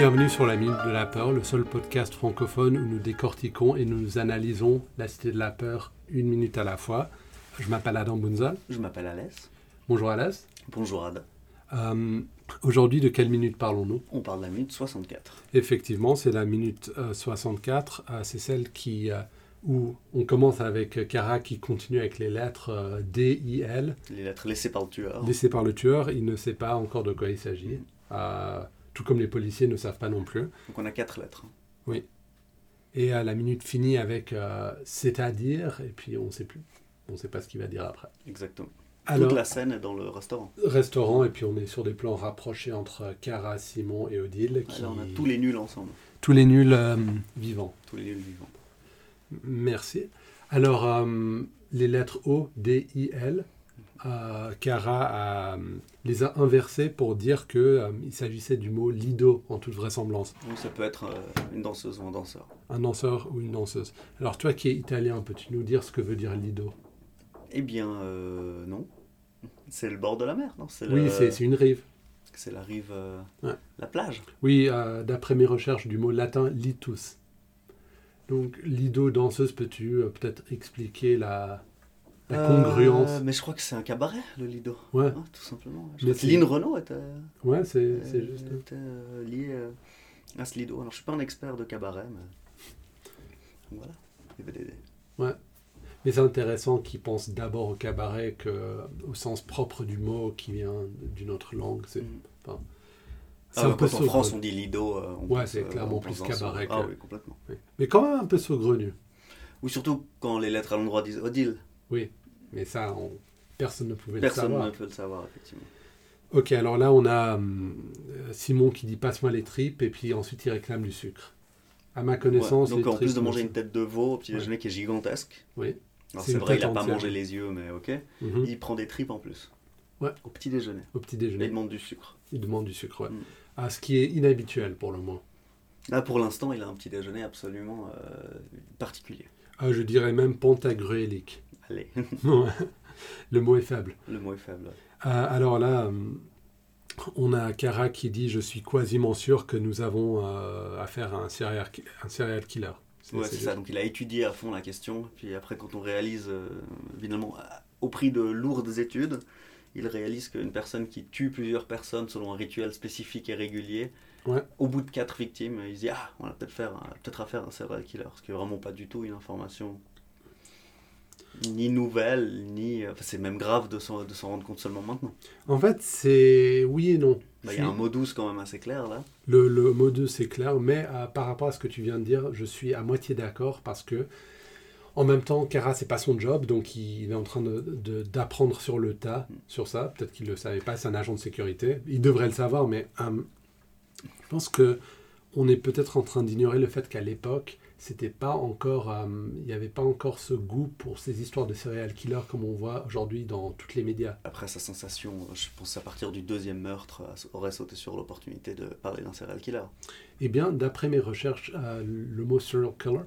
Bienvenue sur la Minute de la Peur, le seul podcast francophone où nous décortiquons et nous analysons la Cité de la Peur une minute à la fois. Je m'appelle Adam Bunzal. Je m'appelle Alès. Bonjour Alès. Bonjour Ad. Aujourd'hui, de quelle minute parlons-nous ? On parle de la minute 64. Effectivement, c'est la minute 64. C'est celle où on commence avec Kara qui continue avec les lettres D, I, L. Les lettres laissées par le tueur. Laissées par le tueur. Il ne sait pas encore de quoi il s'agit. Tout comme les policiers ne savent pas non plus. Donc on a 4 lettres. Oui. Et la minute finit avec c'est-à-dire, et puis on ne sait plus. On ne sait pas ce qu'il va dire après. Exactement. Alors, toute la scène est dans le restaurant. Restaurant, et puis on est sur des plans rapprochés entre Kara, Simon et Odile. Alors on a tous les nuls ensemble. Tous les nuls vivants. Tous les nuls vivants. Merci. Alors, les lettres O, D, I, L, Kara les a inversées pour dire qu'il s'agissait du mot lido, en toute vraisemblance. Donc ça peut être une danseuse ou un danseur. Un danseur ou une danseuse. Alors toi qui es italien, peux-tu nous dire ce que veut dire lido ? Eh bien, non. C'est le bord de la mer, non ? Oui, c'est une rive. C'est la rive, Ouais. la plage. Oui, d'après mes recherches du mot latin litus. Donc, lido, danseuse, peux-tu peut-être expliquer la congruence ? Mais je crois que c'est un cabaret, le Lido. Ouais. Tout simplement. Mais Lynn Renaud était, Ouais, c'est juste. était liée à ce Lido. Alors, je ne suis pas un expert de cabaret, mais donc, voilà. Il y avait des... Ouais. Mais c'est intéressant qu'ils pensent d'abord au cabaret qu'au sens propre du mot qui vient d'une autre langue. C'est un peu quand en France on dit Lido, c'est clairement plus cabaret. Ah oui, complètement. Oui. Mais quand même un peu saugrenu. Ou surtout quand les lettres à l'endroit disent Odile. Oui, mais ça, personne ne pouvait Personne le savoir. ne peut le savoir, effectivement. Ok, alors là, on a Simon qui dit « passe-moi les tripes » et puis ensuite il réclame du sucre. À ma connaissance... Donc les en plus de tripes, manger une tête de veau au petit déjeuner qui est gigantesque, Oui. alors C'est c'est une vrai, il tête n'a pas entière. mangé les yeux, mais ok, Mhm. il prend des tripes en plus. Ouais. Au petit déjeuner. Au petit Et déjeuner. il demande du sucre. Il demande du sucre, ouais. Mm. Ce qui est inhabituel pour le moment. Là, pour l'instant, il a un petit déjeuner absolument particulier. Je dirais même pantagruélique. Allez, Le mot est faible. le mot est faible. Alors là, on a Kara qui dit « Je suis quasiment sûr que nous avons affaire à un serial killer ». C'est ça, donc il a étudié à fond la question, puis après quand on réalise, évidemment, au prix de lourdes études, il réalise qu'une personne qui tue plusieurs personnes selon un rituel spécifique et régulier, Ouais. au bout de 4 victimes, il se dit « Ah, on a peut-être affaire à un serial killer », ce qui n'est vraiment pas du tout une information ni nouvelle, ni... Enfin, c'est même grave de s'en rendre compte seulement maintenant. En fait, c'est oui et non. Il y a un modus quand même assez clair là. Le modus c'est clair, mais par rapport à ce que tu viens de dire, je suis à moitié d'accord parce que en même temps, Kara, c'est pas son job, donc il est en train d'apprendre sur le tas, sur ça. Peut-être qu'il le savait pas, c'est un agent de sécurité. Il devrait le savoir, mais je pense que on est peut-être en train d'ignorer le fait qu'à l'époque, c'était pas encore, il n'y avait pas encore ce goût pour ces histoires de serial killer comme on voit aujourd'hui dans tous les médias. Après sa sensation, je pense à partir du 2e meurtre, aurait sauté sur l'opportunité de parler d'un serial killer. Eh bien, d'après mes recherches, le mot serial killer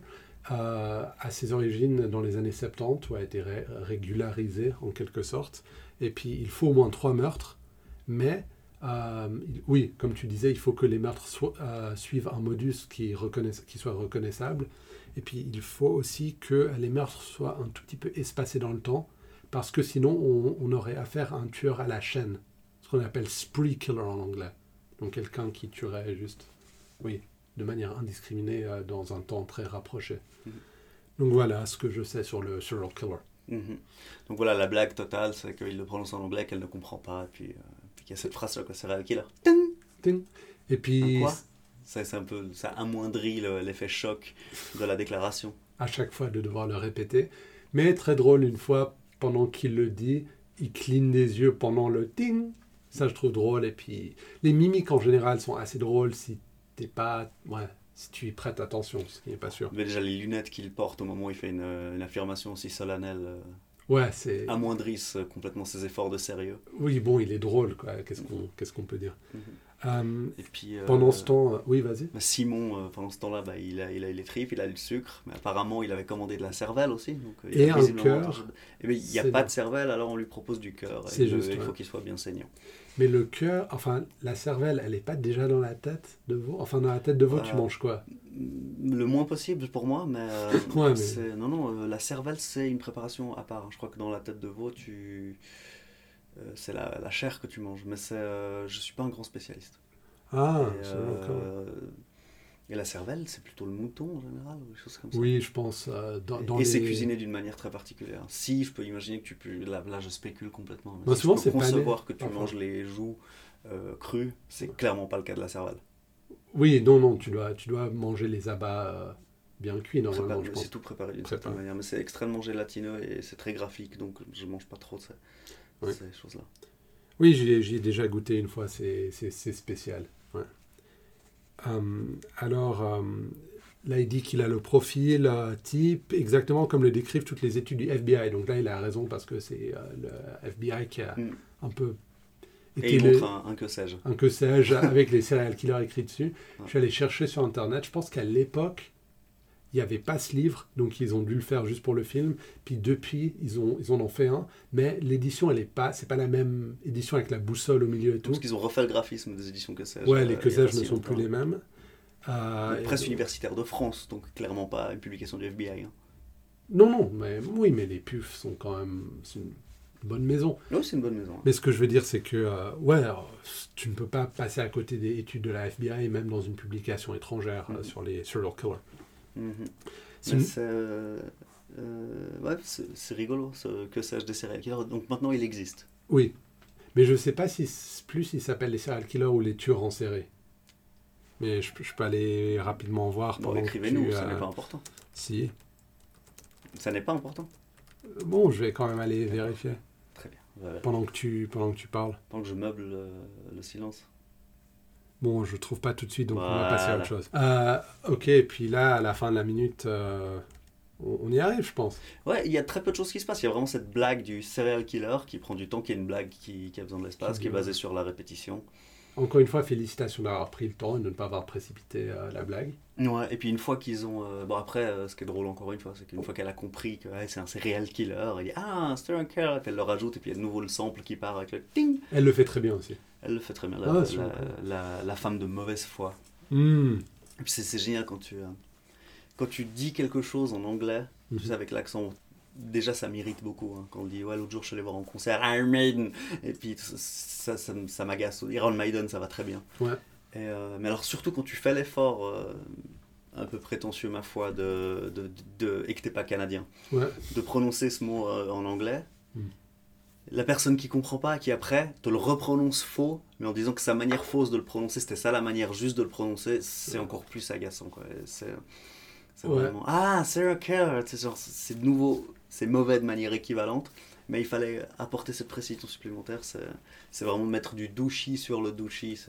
a ses origines dans les années 70, où a été régularisé en quelque sorte. Et puis, il faut au moins 3 meurtres, mais oui, comme tu disais, il faut que les meurtres suivent un modus qui soit reconnaissable. Et puis, il faut aussi que les meurtres soient un tout petit peu espacés dans le temps, parce que sinon, on aurait affaire à un tueur à la chaîne, ce qu'on appelle spree killer en anglais. Donc, quelqu'un qui tuerait juste, oui, de manière indiscriminée dans un temps très rapproché. Mm-hmm. Donc, voilà ce que je sais sur le serial killer. Mm-hmm. Donc, voilà, la blague totale, c'est qu'il le prononce en anglais, qu'elle ne comprend pas, et puis... Il y a cette phrase-là, quoi, serial killer. Ting, ting. Et puis... Quoi ? C'est un peu, ça amoindrit l'effet choc de la déclaration. À chaque fois de devoir le répéter. Mais très drôle, une fois, pendant qu'il le dit, il cligne des yeux pendant le ting. Ça, je trouve drôle. Et puis, les mimiques, en général, sont assez drôles si t'es pas... Ouais, si tu y prêtes attention, ce qui n'est pas sûr. Mais déjà, les lunettes qu'il porte au moment où il fait une affirmation aussi solennelle... Ouais, c'est... amoindrissent complètement ses efforts de sérieux. Oui, bon, il est drôle, quoi. Qu'est-ce qu'on peut dire. Et puis, Pendant ce temps, oui, vas-y. Simon, pendant ce temps-là, il a les tripes, il a le sucre, mais apparemment il avait commandé de la cervelle aussi. Donc, il Et a un visiblement cœur. Et bien, il n'y a pas de cervelle, alors on lui propose du cœur. C'est Et juste, il faut ouais. qu'il soit bien saignant. Mais le cœur, enfin, la cervelle, elle n'est pas déjà dans la tête de veau? Enfin, dans la tête de veau, tu manges quoi? Le moins possible pour moi, mais, Ouais, mais non, la cervelle c'est une préparation à part. Je crois que dans la tête de veau, c'est la chair que tu manges, mais je suis pas un grand spécialiste. ah, Et, c'est encore. et la cervelle, c'est plutôt le mouton en général, ou des choses comme ça. Oui, je pense dans Et c'est les. cuisiné d'une manière très particulière. Si, je peux imaginer que tu peux. Là, je spécule complètement. Mais Moi, si souvent, je c'est peux pané, concevoir que tu parfois. manges les joues crues, c'est clairement pas le cas de la cervelle. Oui, non, tu dois manger les abats bien cuits normalement, je pense. C'est tout préparé d'une certaine manière, mais c'est extrêmement gélatineux et c'est très graphique, donc je mange pas trop de ces choses-là. Oui, j'y ai déjà goûté une fois, c'est spécial. Ouais. Alors, là, il dit qu'il a le profil type, exactement comme le décrivent toutes les études du FBI. Donc là, il a raison parce que c'est le FBI qui a un peu et il montre un que sais-je. Un que sais-je avec les serial killers écrits dessus. Ouais. Je suis allé chercher sur Internet. Je pense qu'à l'époque, il n'y avait pas ce livre, donc ils ont dû le faire juste pour le film. Puis depuis, ils en ont fait un, mais l'édition, c'est pas la même édition avec la boussole au milieu et tout. Parce qu'ils ont refait le graphisme des éditions que sais-je. Ouais, les que sais-je ne sont plus les mêmes. Presse universitaire de France, donc clairement pas une publication du FBI. Hein. Non, mais oui, mais les PUF sont quand même c'est une bonne maison. Oui, c'est une bonne maison. Mais ce que je veux dire, c'est que alors, tu ne peux pas passer à côté des études de la FBI, même dans une publication étrangère sur les serial killers. C'est rigolo, ce que sais-je des serial killers. Donc maintenant, il existe. Oui, mais je ne sais pas si plus ils s'appellent les serial killers ou les tueurs en série. Mais je peux aller rapidement voir. Bon, écrivez-nous, ça n'est pas important. Si. Ça n'est pas important. Bon, je vais quand même aller vérifier. Très bien. Voilà. Pendant que tu parles. Pendant que je meuble le silence. Bon, je trouve pas tout de suite, donc voilà. On va passer à autre chose. Ok, et puis là, à la fin de la minute, on y arrive, je pense. Ouais, il y a très peu de choses qui se passent. Il y a vraiment cette blague du serial killer qui prend du temps, qui est une blague qui a besoin de l'espace, qui est basée sur la répétition. Encore une fois, félicitations d'avoir pris le temps et de ne pas avoir précipité la blague. Ouais, et puis une fois qu'ils ont... après, ce qui est drôle encore une fois, c'est qu'une fois qu'elle a compris que c'est un serial killer, elle dit « Ah, un serial killer !» Et puis elle le rajoute, et puis il y a de nouveau le sample qui part avec le « ting !» Elle le fait très bien aussi. Elle le fait très bien, la femme de mauvaise foi. Et puis c'est génial quand tu dis quelque chose en anglais, tu sais, avec l'accent... Déjà, ça m'irrite beaucoup hein, quand on dit « Ouais, l'autre jour, je suis allé voir en concert Iron Maiden !» Et puis ça m'agace. Iron Maiden, ça va très bien. Ouais. Mais alors, surtout quand tu fais l'effort, un peu prétentieux, ma foi, et que t'es pas canadien, de prononcer ce mot en anglais, la personne qui comprend pas, qui après te le reprononce faux, mais en disant que sa manière fausse de le prononcer, c'était ça la manière juste de le prononcer, c'est encore plus agaçant. Quoi. C'est vraiment... Ah, serial killer! C'est de nouveau... C'est mauvais de manière équivalente, mais il fallait apporter cette précision supplémentaire. C'est vraiment mettre du douchi sur le douchi.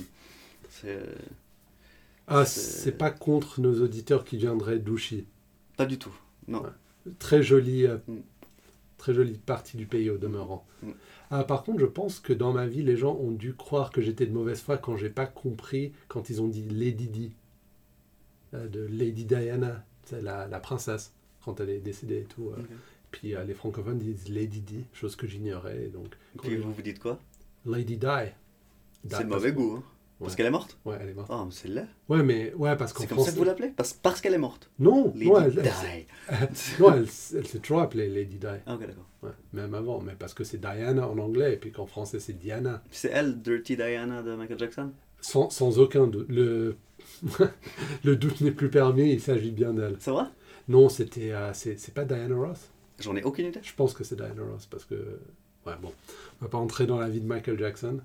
C'est pas contre nos auditeurs qui viendraient douchi. Pas du tout, non. Ouais. Très jolie partie du pays au demeurant. Par contre, je pense que dans ma vie, les gens ont dû croire que j'étais de mauvaise foi quand j'ai pas compris, quand ils ont dit Lady Di, de Lady Diana, c'est la princesse. Quand elle est décédée et tout. Puis les francophones disent Lady Di, chose que j'ignorais. Donc, puis vous dites quoi? Lady Di. C'est de mauvais goût, hein? Parce qu'elle est morte? Ouais, elle est morte. Ah, mais c'est laid. Ouais, parce qu'en c'est comme ça que vous l'appelez? Parce qu'elle est morte? Non, Lady Di. Non, elle s'est toujours appelée Lady Di. Ah, ok, d'accord. Ouais, même avant, mais parce que c'est Diana en anglais, et puis qu'en français c'est Diana. C'est elle, Dirty Diana de Michael Jackson? Sans aucun doute. Le doute n'est plus permis, il s'agit bien d'elle. C'est vrai? Non, c'est pas Diana Ross. J'en ai aucune idée. Je pense que c'est Diana Ross parce que... Ouais, bon. On va pas entrer dans la vie de Michael Jackson.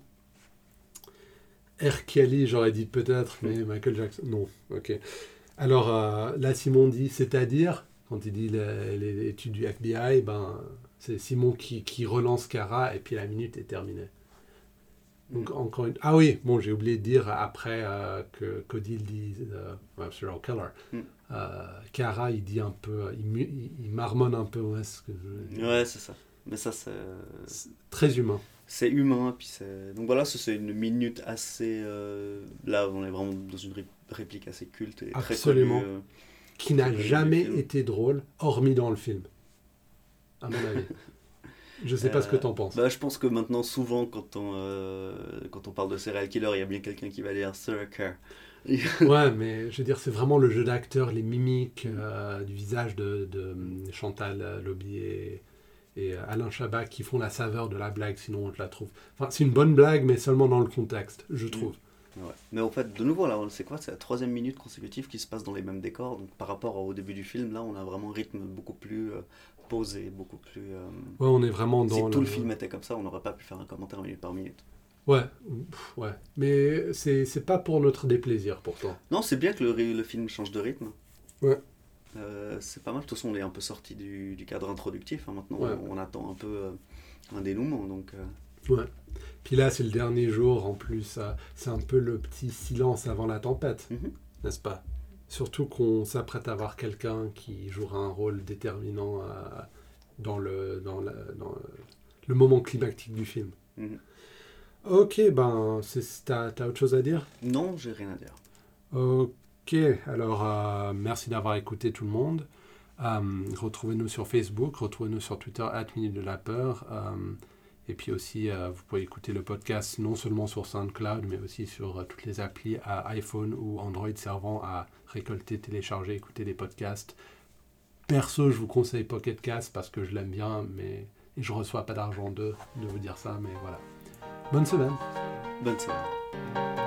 R. Kelly, j'aurais dit peut-être, mais Michael Jackson, non. Ok. Alors, là, Simon dit, c'est-à-dire, quand il dit les études du FBI, c'est Simon qui relance Cara et puis la minute est terminée. Donc, encore une... Ah oui, bon, j'ai oublié de dire après que Cody dit serial killer. Cara, il dit un peu, il marmonne un peu. Ouais, ouais, c'est ça. Mais ça, c'est très humain. c'est humain. Puis donc voilà, c'est une minute assez... là, on est vraiment dans une réplique assez culte et Absolument. très connue. Qui n'a jamais été drôle, hormis dans le film, à mon avis. Je sais pas ce que t'en penses. Je pense que maintenant, souvent, quand on parle de serial killer, il y a bien quelqu'un qui va dire Stalker. Ouais, mais je veux dire, c'est vraiment le jeu d'acteur, les mimiques du visage de Chantal Lobby et Alain Chabat qui font la saveur de la blague, sinon on te la trouve. Enfin, c'est une bonne blague, mais seulement dans le contexte, je trouve. Ouais. Mais en fait, de nouveau, là, c'est quoi? C'est la 3e minute consécutive qui se passe dans les mêmes décors. Donc par rapport au début du film, là, on a vraiment un rythme beaucoup plus posé, beaucoup plus... Ouais, on est vraiment dans... Si tout le film était comme ça, on n'aurait pas pu faire un commentaire minute par minute. Ouais. Mais c'est pas pour notre déplaisir, pourtant. Non, c'est bien que le film change de rythme. Ouais. C'est pas mal. De toute façon, on est un peu sorti du cadre introductif. Hein. Maintenant, ouais. on attend un peu un dénouement. Donc, Ouais. Puis là, c'est le dernier jour, en plus. C'est un peu le petit silence avant la tempête, n'est-ce pas? Surtout qu'on s'apprête à voir quelqu'un qui jouera un rôle déterminant dans le moment climactique du film. Ok, ben, t'as autre chose à dire? Non, j'ai rien à dire. Ok, alors merci d'avoir écouté tout le monde. Retrouvez-nous sur Facebook, retrouvez-nous sur Twitter, @Minute de la Peur. Et puis aussi, vous pouvez écouter le podcast non seulement sur SoundCloud, mais aussi sur toutes les applis à iPhone ou Android servant à récolter, télécharger, écouter des podcasts. Perso, je vous conseille Pocket Cast parce que je l'aime bien, mais je ne reçois pas d'argent de vous dire ça, mais voilà. Bonne semaine. Bonne semaine.